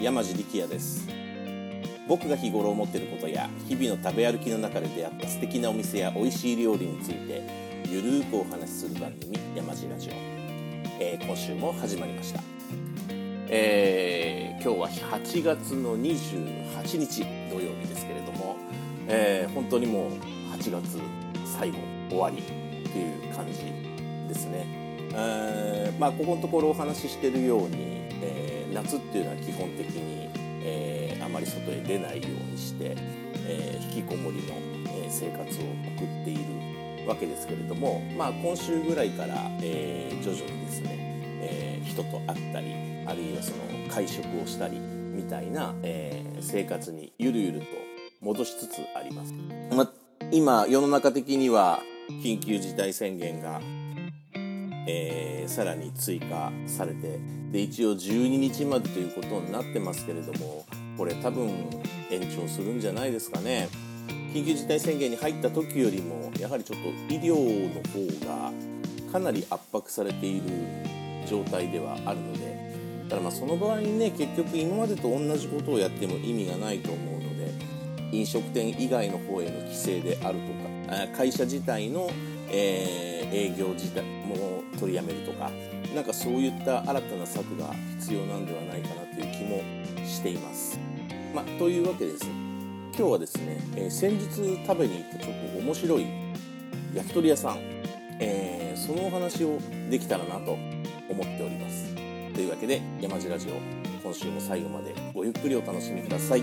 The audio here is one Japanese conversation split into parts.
山地力也です。僕が日頃思っていることや日々の食べ歩きの中で出会った素敵なお店や美味しい料理についてゆるーくお話しする番組山地ラジオ、今週も始まりました。今日は8月の28日土曜日ですけれども、本当にもう8月最後終わりっていう感じですね。ここのところお話ししているように、夏っていうのは基本的に、あまり外へ出ないようにして、引きこもりの、生活を送っているわけですけれども、今週ぐらいから、徐々にですね、人と会ったりあるいはその会食をしたりみたいな、生活にゆるゆると戻しつつあります。今世の中的には緊急事態宣言がさらに追加されて、で一応12日までということになってますけれども、これ多分延長するんじゃないですかね。緊急事態宣言に入った時よりもやはりちょっと医療の方がかなり圧迫されている状態ではあるので、だからその場合にね、結局今までと同じことをやっても意味がないと思うので、飲食店以外の方への規制であるとか、会社自体の営業自体も取りやめるとか、なんかそういった新たな策が必要なんではないかなという気もしています。というわけです。今日はですね、先日食べに行ったちょっと面白い焼き鳥屋さん、そのお話をできたらなと思っております。というわけで山地ラジオ、今週も最後までごゆっくりお楽しみください。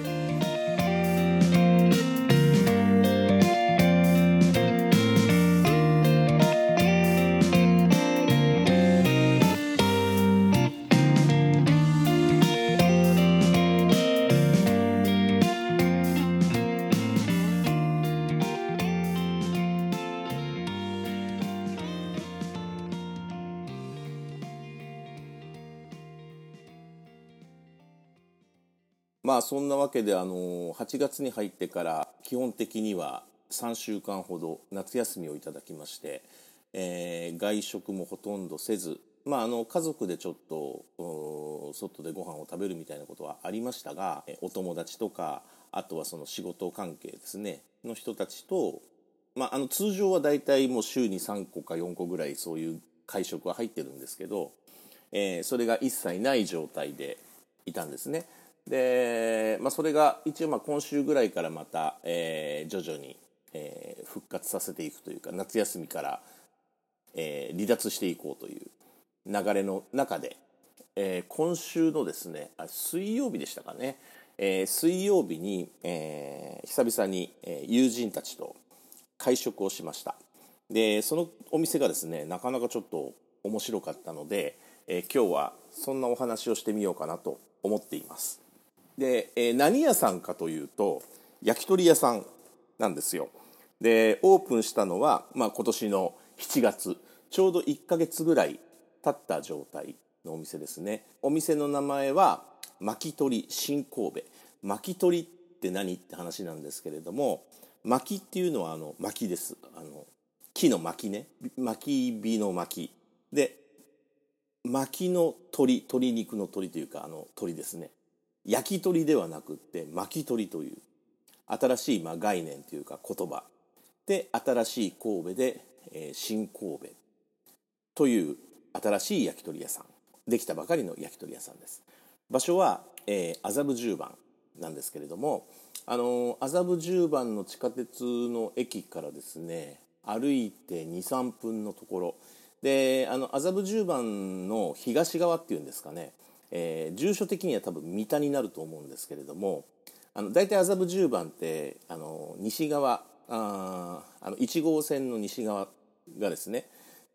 そんなわけで8月に入ってから基本的には3週間ほど夏休みをいただきまして、外食もほとんどせず、家族でちょっと外でご飯を食べるみたいなことはありましたが、お友達とかあとはその仕事関係ですねの人たちと、通常はだいたいもう週に3個か4個ぐらいそういう会食は入ってるんですけど、それが一切ない状態でいたんですね。で、それが一応今週ぐらいからまた、徐々に、復活させていくというか、夏休みから、離脱していこうという流れの中で、今週のですね、水曜日でしたかね、水曜日に、久々に、友人たちと会食をしました。でそのお店がですね、なかなかちょっと面白かったので、今日はそんなお話をしてみようかなと思っています。で、何屋さんかというと焼き鳥屋さんなんですよ。でオープンしたのは、今年の7月、ちょうど1ヶ月ぐらい経った状態のお店ですね。お店の名前は巻き鳥新神戸。巻き鳥って何って話なんですけれども、巻きっていうのは薪です。木の薪ね、薪火の薪で、薪の鳥、鶏肉の鳥というか鳥ですね。焼き鳥ではなくって巻き鳥という新しい概念というか言葉で、新しい神戸で、新神戸という新しい焼き鳥屋さん、できたばかりの焼き鳥屋さんです。場所は、麻布十番なんですけれども、麻布十番の地下鉄の駅からですね、歩いて 2,3 分のところで、麻布十番の東側っていうんですかね、住所的には多分三田になると思うんですけれども、大体麻布十番って西側、1号線の西側がですね、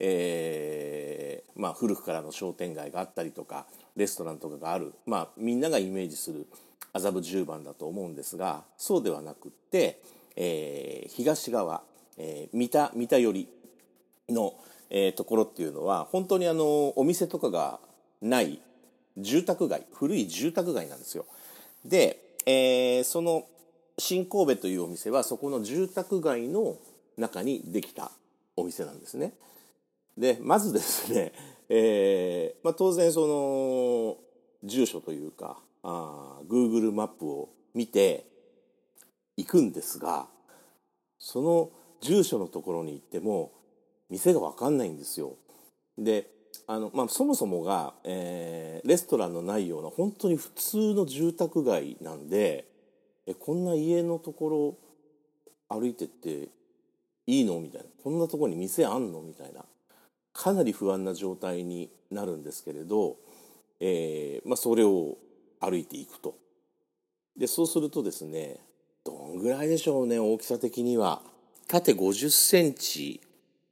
古くからの商店街があったりとかレストランとかがある、みんながイメージする麻布十番だと思うんですが、そうではなくって、東側、三田寄りの、ところっていうのは本当にお店とかがない住宅街、古い住宅街なんですよ。で、その新神戸というお店はそこの住宅街の中にできたお店なんですね。でまずですね、当然その住所というか Google マップを見て行くんですが、その住所のところに行っても店が分かんないんですよ。でそもそもが、レストランのないような本当に普通の住宅街なんで、こんな家のところ歩いてっていいのみたいな、こんなところに店あんのみたいな、かなり不安な状態になるんですけれど、それを歩いていくと。でそうするとですね、どんぐらいでしょうね、大きさ的には縦50センチ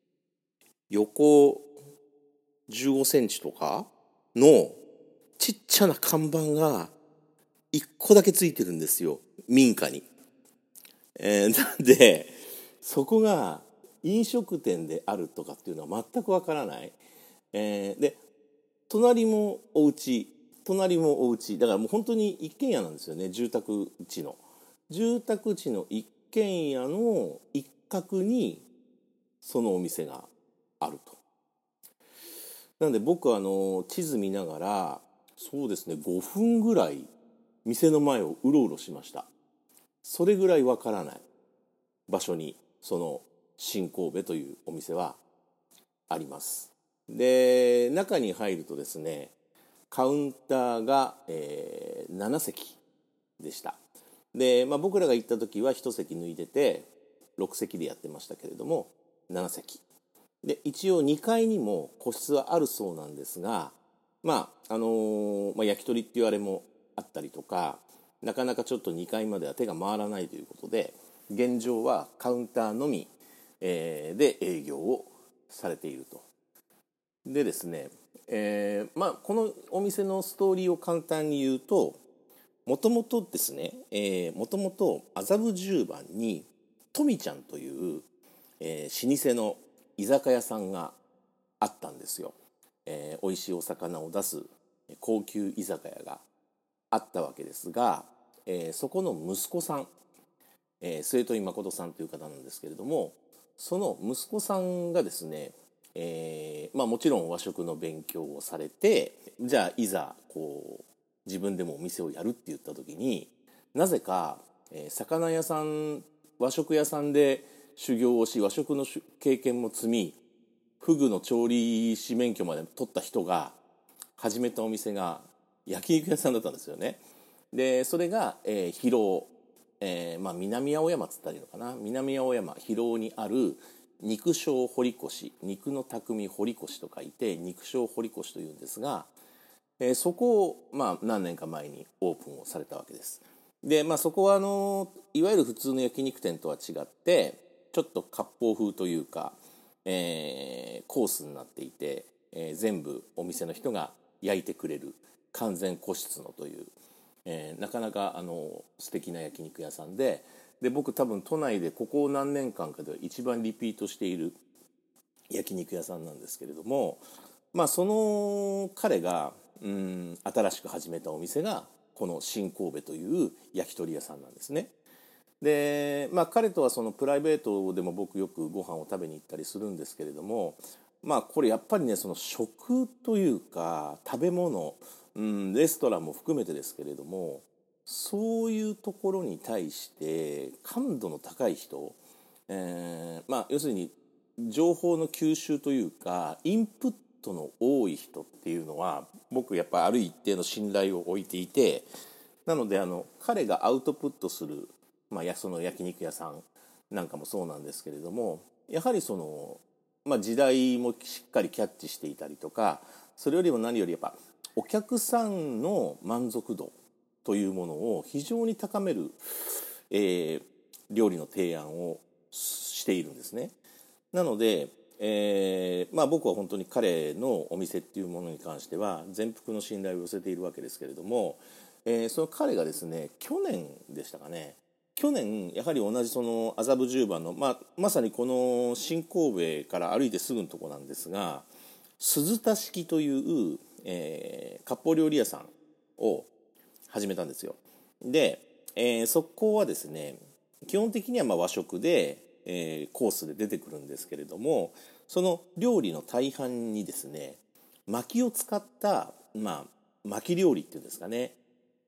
横15センチとかのちっちゃな看板が1個だけついてるんですよ、民家に。なんでそこが飲食店であるとかっていうのは全くわからない。で隣もお家だからもう本当に一軒家なんですよね。住宅地の一軒家の一角にそのお店があると。なんで僕は地図見ながらそうですね5分ぐらい店の前をうろうろしました。それぐらいわからない場所にその新神戸というお店はあります。で中に入るとですね、カウンターが、7席でした。で、僕らが行った時は1席抜いてて6席でやってましたけれども、7席で一応2階にも個室はあるそうなんですが、焼き鳥っていうあれもあったりとか、なかなかちょっと2階までは手が回らないということで、現状はカウンターのみ、で営業をされていると。でですね、このお店のストーリーを簡単に言うと、もともとですね、麻布十番にとみちゃんという、老舗の居酒屋さんがあったんですよ。美味しいお魚を出す高級居酒屋があったわけですが、そこの息子さん、末富誠さんという方なんですけれども、その息子さんがですね、もちろん和食の勉強をされて、じゃあいざ自分でもお店をやるって言った時に、なぜか、魚屋さん和食屋さんで修行をし、和食の経験も積み、フグの調理師免許まで取った人が始めたお店が焼肉屋さんだったんですよね。でそれが、広尾、南青山っつったらいいのかな、南青山広尾にある肉商堀越、肉の匠堀越と書いて肉商堀越というんですが、そこを、何年か前にオープンをされたわけです。で、そこはいわゆる普通の焼肉店とは違ってちょっと割烹風というか、コースになっていて、全部お店の人が焼いてくれる完全個室のという、なかなか素敵な焼肉屋さんで、僕多分都内でここ何年間かで一番リピートしている焼肉屋さんなんですけれども、その彼が新しく始めたお店がこの新神戸という焼き鳥屋さんなんですね。で彼とはそのプライベートでも僕よくご飯を食べに行ったりするんですけれども、これやっぱりね、その食というか食べ物、レストランも含めてですけれども、そういうところに対して感度の高い人、要するに情報の吸収というかインプットの多い人っていうのは僕やっぱある一定の信頼を置いていて、なので彼がアウトプットする、その焼肉屋さんなんかもそうなんですけれども、やはりその、時代もしっかりキャッチしていたりとか、それよりも何よりやっぱお客さんの満足度というものを非常に高める、料理の提案をしているんですね。なので、僕は本当に彼のお店っていうものに関しては全幅の信頼を寄せているわけですけれども、その彼がですね、去年でしたかね、去年やはり同じその麻布十番の、まさにこの新神戸から歩いてすぐのとこなんですが、鈴田式という、割烹料理屋さんを始めたんですよ。で、そこはですね、基本的には和食で、コースで出てくるんですけれども、その料理の大半にですね、薪を使った、薪料理っていうんですかね、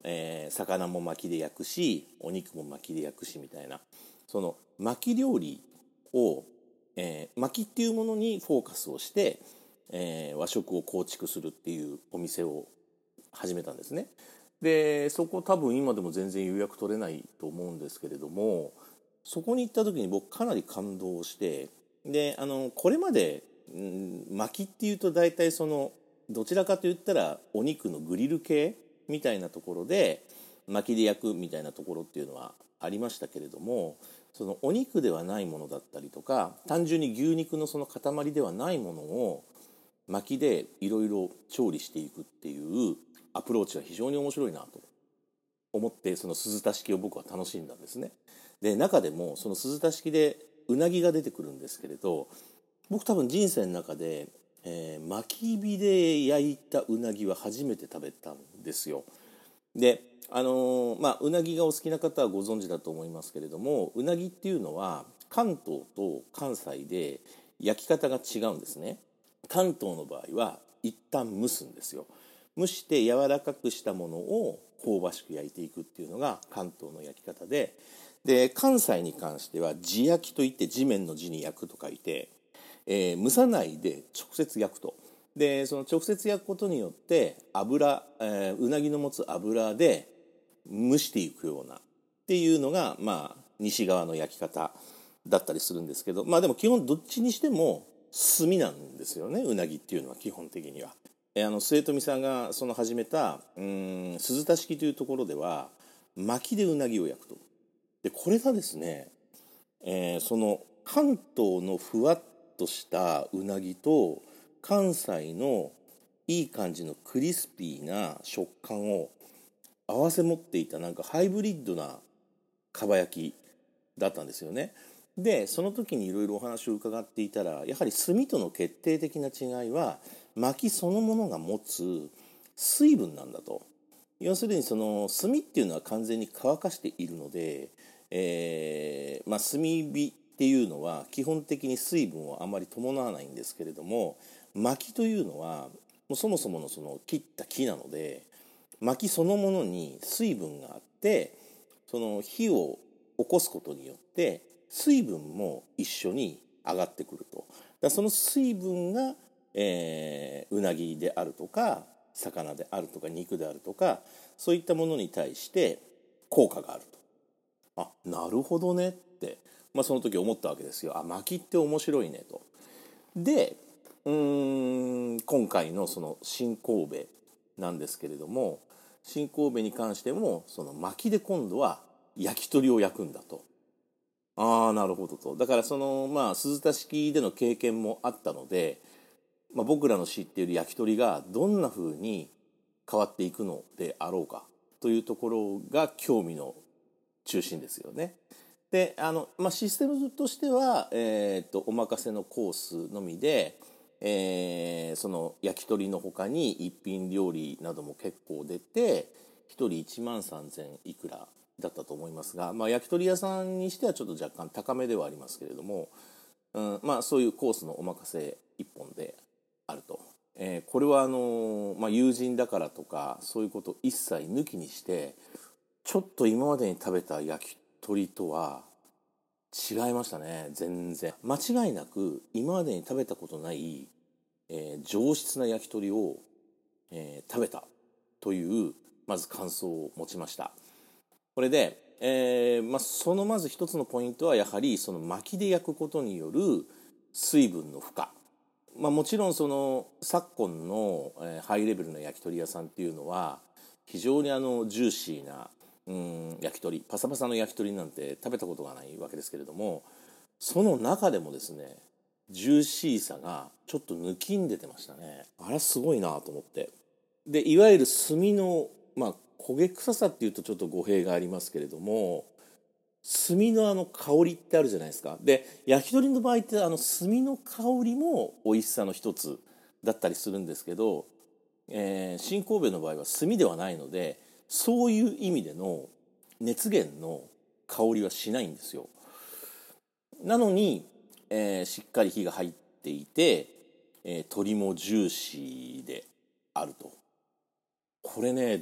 魚も薪で焼くしお肉も薪で焼くしみたいな、その薪料理を、薪っていうものにフォーカスをして、和食を構築するっていうお店を始めたんですね。でそこ多分今でも全然予約取れないと思うんですけれども、そこに行った時に僕かなり感動して、でこれまで、薪っていうと大体そのどちらかといったらお肉のグリル系みたいなところで薪で焼くみたいなところっていうのはありましたけれども、そのお肉ではないものだったりとか単純に牛肉のその塊ではないものを薪でいろいろ調理していくっていうアプローチは非常に面白いなと思って、その鈴田式を僕は楽しんだんですね。で中でもその鈴田式でうなぎが出てくるんですけれど、僕多分人生の中で、薪火で焼いたうなぎは初めて食べたんですよ。でうなぎがお好きな方はご存知だと思いますけれども、うなぎっていうのは関東と関西で焼き方が違うんですね。関東の場合は一旦蒸すんですよ。蒸して柔らかくしたものを香ばしく焼いていくっていうのが関東の焼き方で、関西に関しては地焼きといって地面の地に焼くと書いて、蒸さないで直接焼くと。でその直接焼くことによって油、うなぎの持つ油で蒸していくようなっていうのが、西側の焼き方だったりするんですけど、でも基本どっちにしても炭なんですよね、うなぎっていうのは基本的には。末富さんがその始めた鈴田式というところでは薪でうなぎを焼くと。でこれがですね、その関東のふわっとしたうなぎと関西のいい感じのクリスピーな食感を合わせ持っていたなんかハイブリッドなかば焼きだったんですよね。でその時にいろいろお話を伺っていたら、やはり炭との決定的な違いは薪そのものが持つ水分なんだと。要するにその炭っていうのは完全に乾かしているので、炭火っていうのは基本的に水分をあまり伴わないんですけれども、薪というのはもうそもそものその切った木なので、薪そのものに水分があって、その火を起こすことによって水分も一緒に上がってくると。その水分が、うなぎであるとか魚であるとか肉であるとか、そういったものに対して効果があると。なるほどねって、その時思ったわけですよ。薪って面白いねと。で今回のその新神戸なんですけれども、新神戸に関してもその薪で今度は焼き鳥を焼くんだと。なるほどと。だからその鈴田式での経験もあったので、僕らの知っている焼き鳥がどんな風に変わっていくのであろうかというところが興味の中心ですよね。でシステムとしては、お任せのコースのみで、その焼き鳥の他に一品料理なども結構出て1人1万3000いくらだったと思いますが、焼き鳥屋さんにしてはちょっと若干高めではありますけれども、そういうコースのお任せ一本であると。これは友人だからとかそういうこと一切抜きにして、ちょっと今までに食べた焼き鳥とは違いましたね。全然間違いなく今までに食べたことない、上質な焼き鳥を、食べたというまず感想を持ちました。これで、そのまず一つのポイントはやはりその薪で焼くことによる水分の負荷。もちろんその昨今の、ハイレベルな焼き鳥屋さんっていうのは非常にジューシーな焼き鳥、パサパサの焼き鳥なんて食べたことがないわけですけれども、その中でもですねジューシーさがちょっと抜きんでてましたね。あれすごいなと思って。でいわゆる炭の焦げ臭さっていうとちょっと語弊がありますけれども、炭の香りってあるじゃないですか。で焼き鳥の場合って炭の香りも美味しさの一つだったりするんですけど、新神戸の場合は炭ではないのでそういう意味での熱源の香りはしないんですよ。なのに、しっかり火が入っていて、鶏もジューシーであると。これね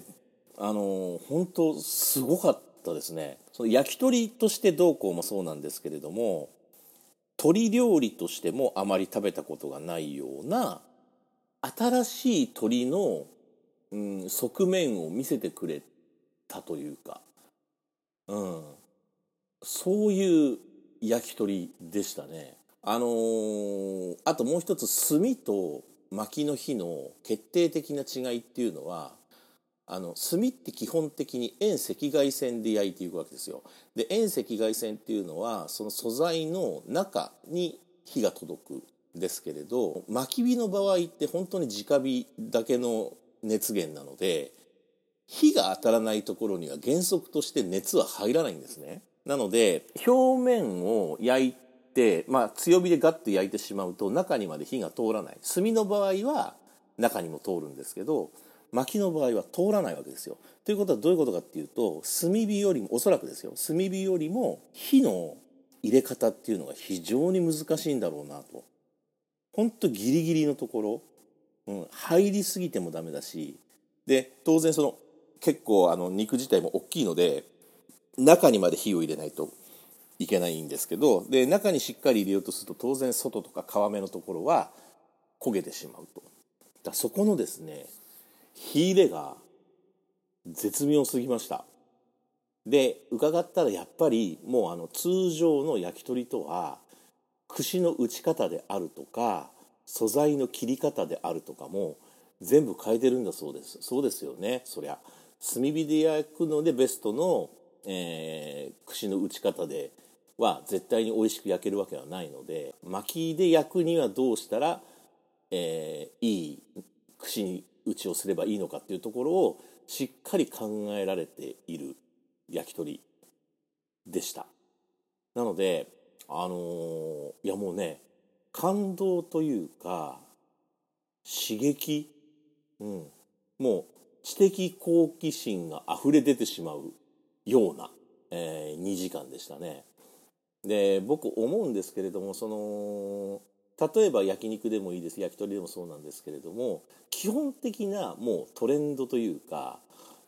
本当すごかったですね。その焼き鳥としてどうこうもそうなんですけれども、鶏料理としてもあまり食べたことがないような新しい鶏の、側面を見せてくれたというか、うん、そういう焼き鳥でしたね。あともう一つ、炭と薪の火の決定的な違いっていうのは、炭って基本的に遠赤外線で焼いていくわけですよ。で、遠赤外線っていうのはその素材の中に火が届くんですけれど、薪火の場合って本当に直火だけの熱源なので、火が当たらないところには原則として熱は入らないんですね。なので表面を焼いて、強火でガッと焼いてしまうと中にまで火が通らない。炭の場合は中にも通るんですけど、薪の場合は通らないわけですよ。ということはどういうことかっていうと、炭火よりも、おそらくですよ、炭火よりも火の入れ方っていうのが非常に難しいんだろうなと。ほんとギリギリのところ、入りすぎてもダメだし、で当然その結構肉自体も大きいので中にまで火を入れないといけないんですけど、で中にしっかり入れようとすると当然外とか皮目のところは焦げてしまうと。だそこのですね、火入れが絶妙すぎました。で伺ったらやっぱりもう通常の焼き鳥とは串の打ち方であるとか素材の切り方であるとかも全部変えてるんだそうです。そうですよね、そりゃ炭火で焼くのでベストの、串の打ち方では絶対に美味しく焼けるわけはないので、薪で焼くにはどうしたら、いい串打ちをすればいいのかっていうところをしっかり考えられている焼き鳥でした。なのでいやもうね、感動というか刺激、もう知的好奇心が溢れ出てしまうような、2時間でしたね。で僕思うんですけれども、例えば焼肉でもいいです、焼き鳥でもそうなんですけれども、基本的なもうトレンドというか、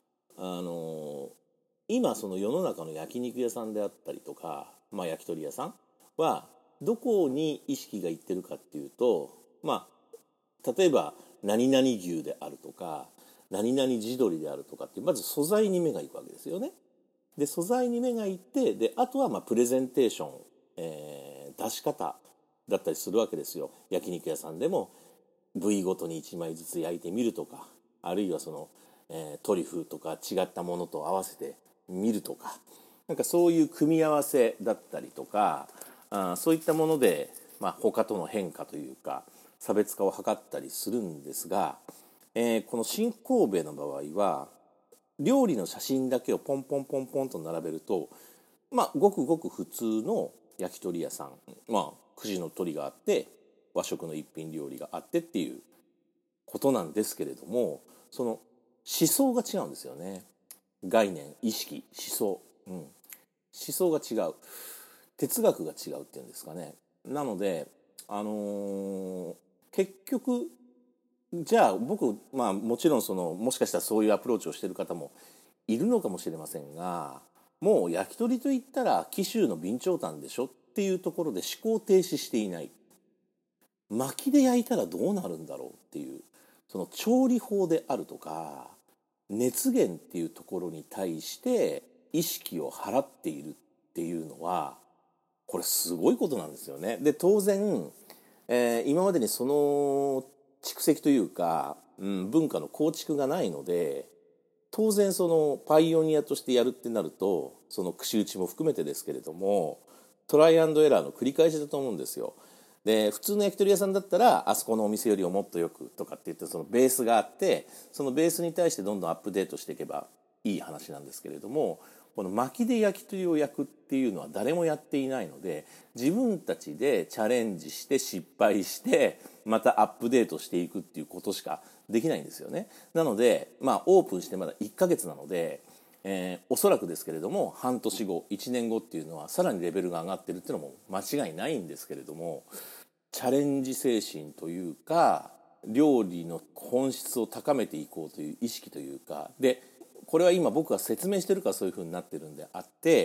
今その世の中の焼肉屋さんであったりとか、焼き鳥屋さんはどこに意識がいってるかっていうと、例えば何々牛であるとか何々地鶏であるとかっていう、まず素材に目がいくわけですよね。で素材に目がいって、であとはプレゼンテーション、出し方だったりするわけですよ。焼肉屋さんでも部位ごとに1枚ずつ焼いてみるとか、あるいはトリュフとか違ったものと合わせてみるとか、なんかそういう組み合わせだったりとか、そういったもので、他との変化というか差別化を図ったりするんですが、この新神戸の場合は料理の写真だけをポンポンポンポンと並べると、ごくごく普通の焼き鳥屋さん、串の鳥があって和食の一品料理があってっていうことなんですけれども、その思想が違うんですよね。概念、意識、思想、思想が違う、哲学が違うっていうんですかね。なので結局じゃあ僕、もちろんもしかしたらそういうアプローチをしている方もいるのかもしれませんが、もう焼き鳥といったら紀州の備長炭でしょっていうところで思考停止していない。薪で焼いたらどうなるんだろうっていう、その調理法であるとか熱源っていうところに対して意識を払っているっていうのは、これすごいことなんですよね。で当然、今までにその蓄積というか、文化の構築がないので、当然そのパイオニアとしてやるってなると、その串打ちも含めてですけれどもトライアンドエラーの繰り返しだと思うんですよ。で普通の焼き鳥屋さんだったらあそこのお店よりももっとよくとかって言って、そのベースがあって、そのベースに対してどんどんアップデートしていけばいい話なんですけれども、この薪で焼き鳥を焼くっていうのは誰もやっていないので、自分たちでチャレンジして失敗してまたアップデートしていくっていうことしかできないんですよね。なのでオープンしてまだ1ヶ月なので、おそらくですけれども半年後1年後っていうのはさらにレベルが上がってるっていうのも間違いないんですけれども、チャレンジ精神というか料理の本質を高めていこうという意識というかで、 これは今僕が説明してるからそういう風になってるんであって、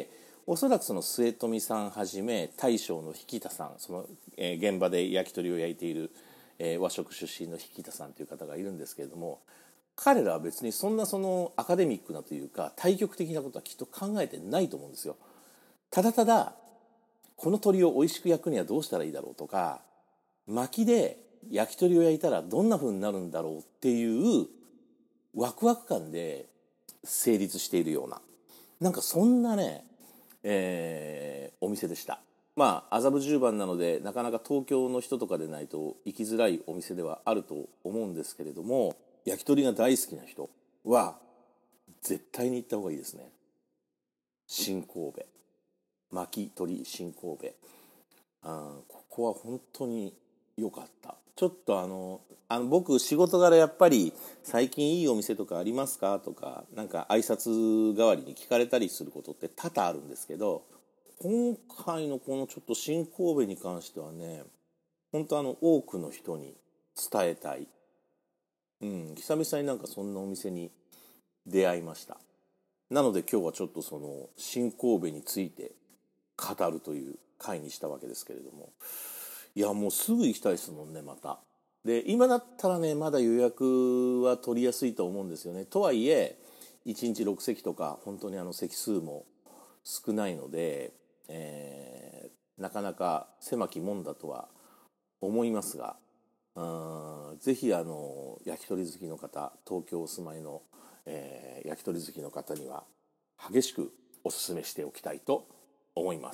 おそらくその末富さんはじめ大将の引田さん、その、現場で焼き鳥を焼いている、和食出身の引田さんという方がいるんですけれども、彼らは別にそんなそのアカデミックなというか対極的なことはきっと考えてないと思うんですよ。ただただこの鳥を美味しく焼くにはどうしたらいいだろうとか、薪で焼き鳥を焼いたらどんな風になるんだろうっていうワクワク感で成立しているような、なんかそんなね、お店でした。まあ麻布十番なのでなかなか東京の人とかでないと行きづらいお店ではあると思うんですけれども、焼き鳥が大好きな人は絶対に行った方がいいですね。新神戸、巻き鳥新神戸、ここは本当に良かった。ちょっと僕仕事柄やっぱり最近いいお店とかありますかとか、なんか挨拶代わりに聞かれたりすることって多々あるんですけど、今回のこのちょっと新神戸に関してはね、本当多くの人に伝えたい、久々になんかそんなお店に出会いました。なので今日はちょっとその新神戸について語るという回にしたわけですけれども、いやもうすぐ行きたいですもんね。またで今だったらねまだ予約は取りやすいと思うんですよね。とはいえ1日6席とか本当に席数も少ないので、なかなか狭き門だとは思いますが、ぜひ焼き鳥好きの方、東京お住まいの、焼き鳥好きの方には激しくお勧めしておきたいと思います。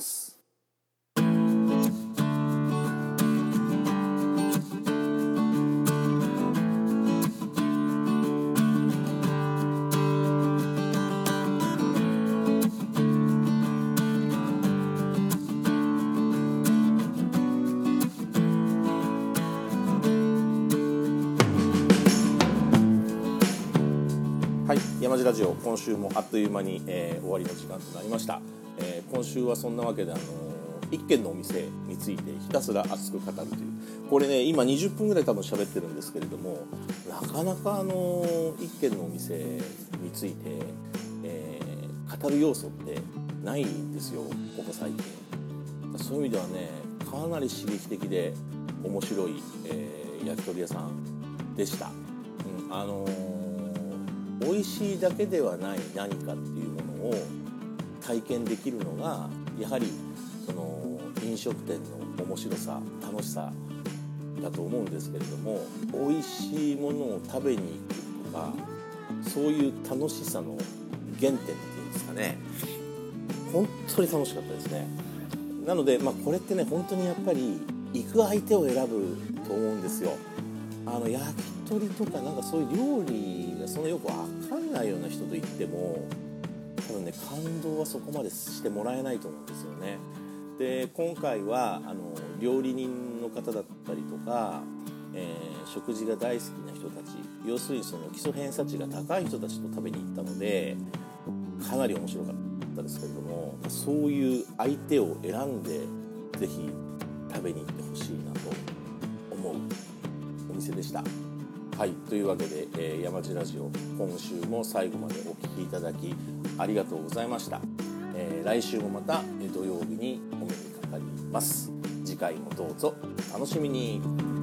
はい、山地ラジオ今週もあっという間に、終わりの時間となりました。今週はそんなわけで一軒のお店についてひたすら熱く語るという、これね今20分ぐらい多分喋ってるんですけれども、なかなか一軒のお店について、語る要素ってないんですよ、ここ最近。そういう意味ではねかなり刺激的で面白い、焼き鳥屋さんでした。美味しいだけではない何かっていうものを体験できるのがやはりその飲食店の面白さ楽しさだと思うんですけれども、美味しいものを食べに行くとか、そういう楽しさの原点っていうんですかね、本当に楽しかったですね。なので、これってね本当にやっぱり行く相手を選ぶと思うんですよ。焼き鳥とかなんかそういう料理がそんなよく分かんないような人と行っても多分ね感動はそこまでしてもらえないと思うんですよね。で今回は料理人の方だったりとか、食事が大好きな人たち、要するにその基礎偏差値が高い人たちと食べに行ったのでかなり面白かったですけれども、そういう相手を選んでぜひ食べに行ってほしいなと思うお店でした。はい、というわけで、山地ラジオ今週も最後までお聞きいただきありがとうございました。来週もまた土曜日にお目にかかります。次回もどうぞ楽しみに。